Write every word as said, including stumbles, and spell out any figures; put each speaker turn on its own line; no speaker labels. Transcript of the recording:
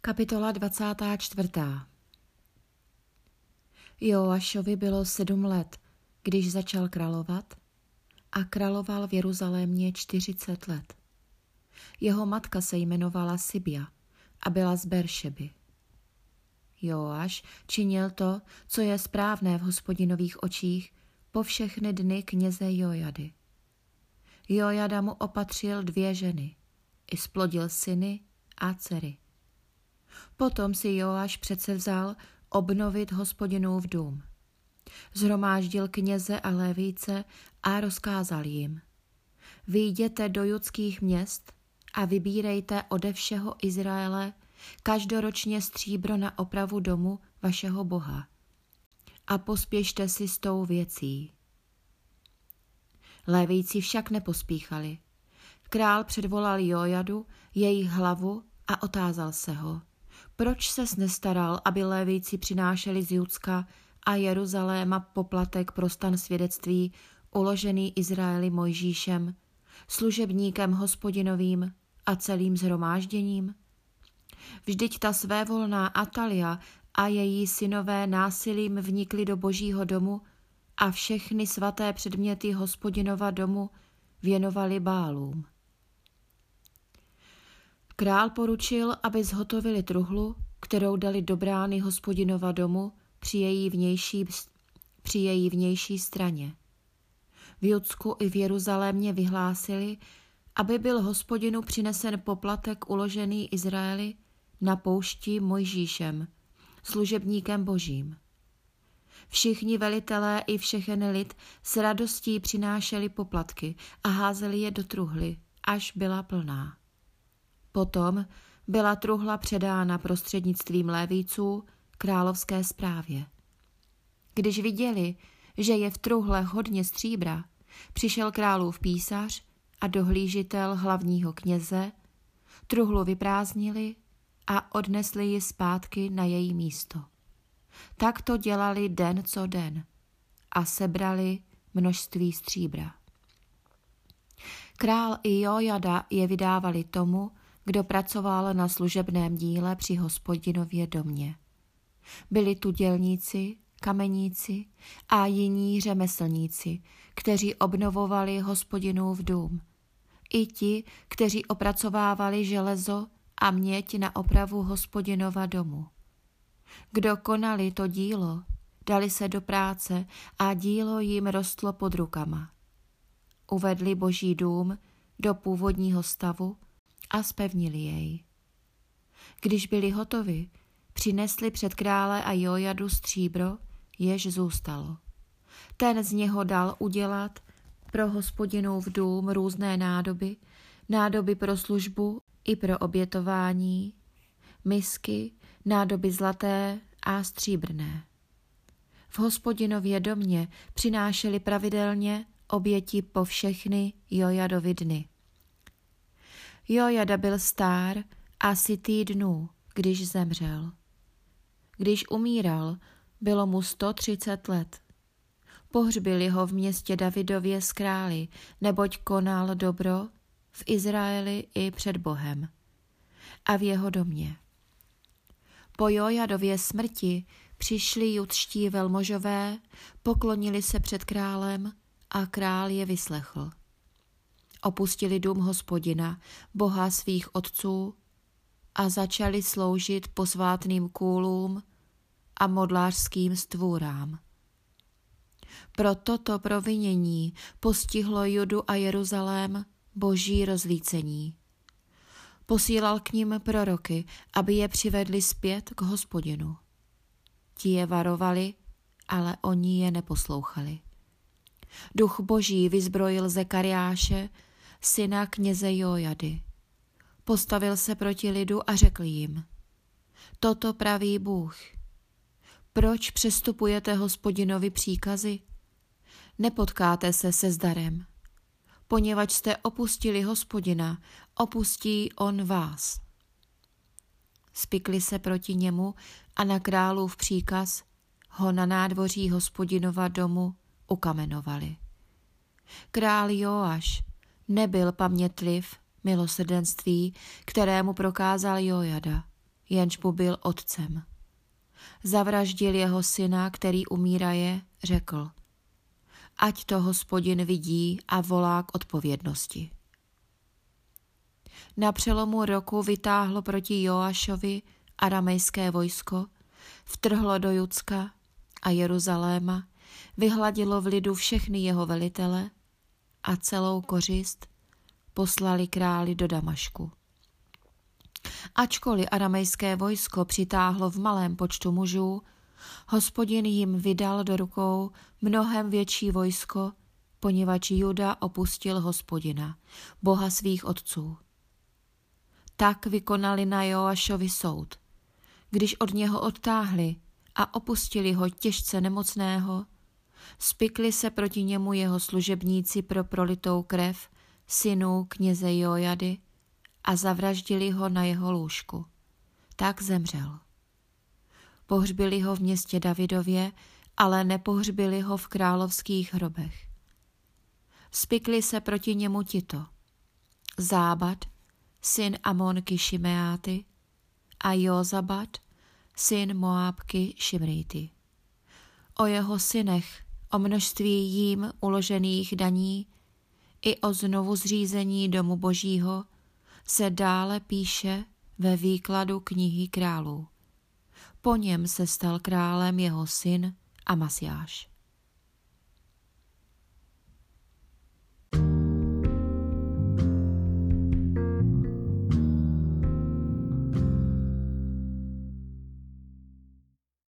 Kapitola dvacátá čtvrtá. Joašovi bylo sedm let, když začal královat, a královal v Jeruzalémě čtyřicet let. Jeho matka se jmenovala Sibia a byla z Beršeby. Joáš činil to, co je správné v Hospodinových očích, po všechny dny kněze Jojady. Jojada mu opatřil dvě ženy, i splodil syny a dcery. Potom si Joáš předsevzal obnovit Hospodinův dům. Zhromáždil kněze a lévíce a rozkázal jim: vyjděte do judských měst a vybírejte ode všeho Izraele každoročně stříbro na opravu domu vašeho Boha a pospěšte si s tou věcí. Lévíci však nepospíchali. Král předvolal Jojadu, jejich hlavu, a otázal se ho: proč ses nestaral, aby Lévíci přinášeli z Judska a Jeruzaléma poplatek pro stan svědectví uložený Izraeli Mojžíšem, služebníkem Hospodinovým a celým shromážděním? Vždyť ta svévolná Atalia a její synové násilím vnikli do Božího domu a všechny svaté předměty Hospodinova domu věnovali Bálům. Král poručil, aby zhotovili truhlu, kterou dali do brány Hospodinova domu při její vnější, při její vnější straně. V Judsku i v Jeruzalémě vyhlásili, aby byl Hospodinu přinesen poplatek uložený Izraeli na poušti Mojžíšem, služebníkem Božím. Všichni velitelé i všechen lid s radostí přinášeli poplatky a házeli je do truhly, až byla plná. Potom byla truhla předána prostřednictvím Lévíců královské správě. Když viděli, že je v truhle hodně stříbra, přišel králův písař a dohlížitel hlavního kněze, truhlu vyprázdnili a odnesli ji zpátky na její místo. Tak to dělali den co den a sebrali množství stříbra. Král i Jojada je vydávali tomu, kdo pracoval na služebném díle při Hospodinově domě. Byli tu dělníci, kameníci a jiní řemeslníci, kteří obnovovali Hospodinův dům. I ti, kteří opracovávali železo a měď na opravu Hospodinova domu. Kdo konali to dílo, dali se do práce a dílo jim rostlo pod rukama. Uvedli Boží dům do původního stavu a zpevnili jej. Když byli hotovi, přinesli před krále a Jojadu stříbro, jež zůstalo. Ten z něho dal udělat pro Hospodinův dům různé nádoby, nádoby pro službu i pro obětování, misky, nádoby zlaté a stříbrné. V Hospodinově domě přinášeli pravidelně oběti po všechny Jojadovi dny. Jojada byl stár a sytý dnů, když zemřel. Když umíral, bylo mu sto třicet let. Pohřbili ho v městě Davidově s králi, neboť konal dobro v Izraeli i před Bohem a v jeho domě. Po Jojadově smrti přišli judští velmožové, poklonili se před králem a král je vyslechl. Opustili dům Hospodina, Boha svých otců, a začali sloužit posvátným kůlům a modlářským stvůrám. Pro toto provinění postihlo Judu a Jeruzalém Boží rozlícení. Posílal k nim proroky, aby je přivedli zpět k Hospodinu. Ti je varovali, ale oni je neposlouchali. Duch Boží vyzbrojil Zekariáše, syna kněze Jojady. Postavil se proti lidu a řekl jim: toto praví Bůh. Proč přestupujete Hospodinovi příkazy? Nepotkáte se se zdarem. Poněvadž jste opustili Hospodina, opustí on vás. Spikli se proti němu a na králův příkaz ho na nádvoří Hospodinova domu ukamenovali. Král Joáš nebyl pamětliv milosrdenství, kterému prokázal Jojada, jenž mu byl otcem. Zavraždil jeho syna, který umíraje, řekl: ať to Hospodin vidí a volá k odpovědnosti. Na přelomu roku vytáhlo proti Joášovi aramejské vojsko, vtrhlo do Judska a Jeruzaléma, vyhladilo v lidu všechny jeho velitele a celou kořist poslali králi do Damašku. Ačkoliv aramejské vojsko přitáhlo v malém počtu mužů, Hospodin jim vydal do rukou mnohem větší vojsko, poněvadž Juda opustil Hospodina, Boha svých otců. Tak vykonali na Joášovi soud. Když od něho odtáhli a opustili ho těžce nemocného, spikli se proti němu jeho služebníci pro prolitou krev, synů kněze Jojady, a zavraždili ho na jeho lůžku. Tak zemřel. Pohřbili ho v městě Davidově, ale nepohřbili ho v královských hrobech. Spikli se proti němu tito: Zábad, syn Amonky Šimeáty, a Jozabat, syn Moábky Šimrýty. O jeho synech, o množství jím uložených daní i o znovu zřízení domu Božího se dále píše ve výkladu knihy králů. Po něm se stal králem jeho syn Amasjáš.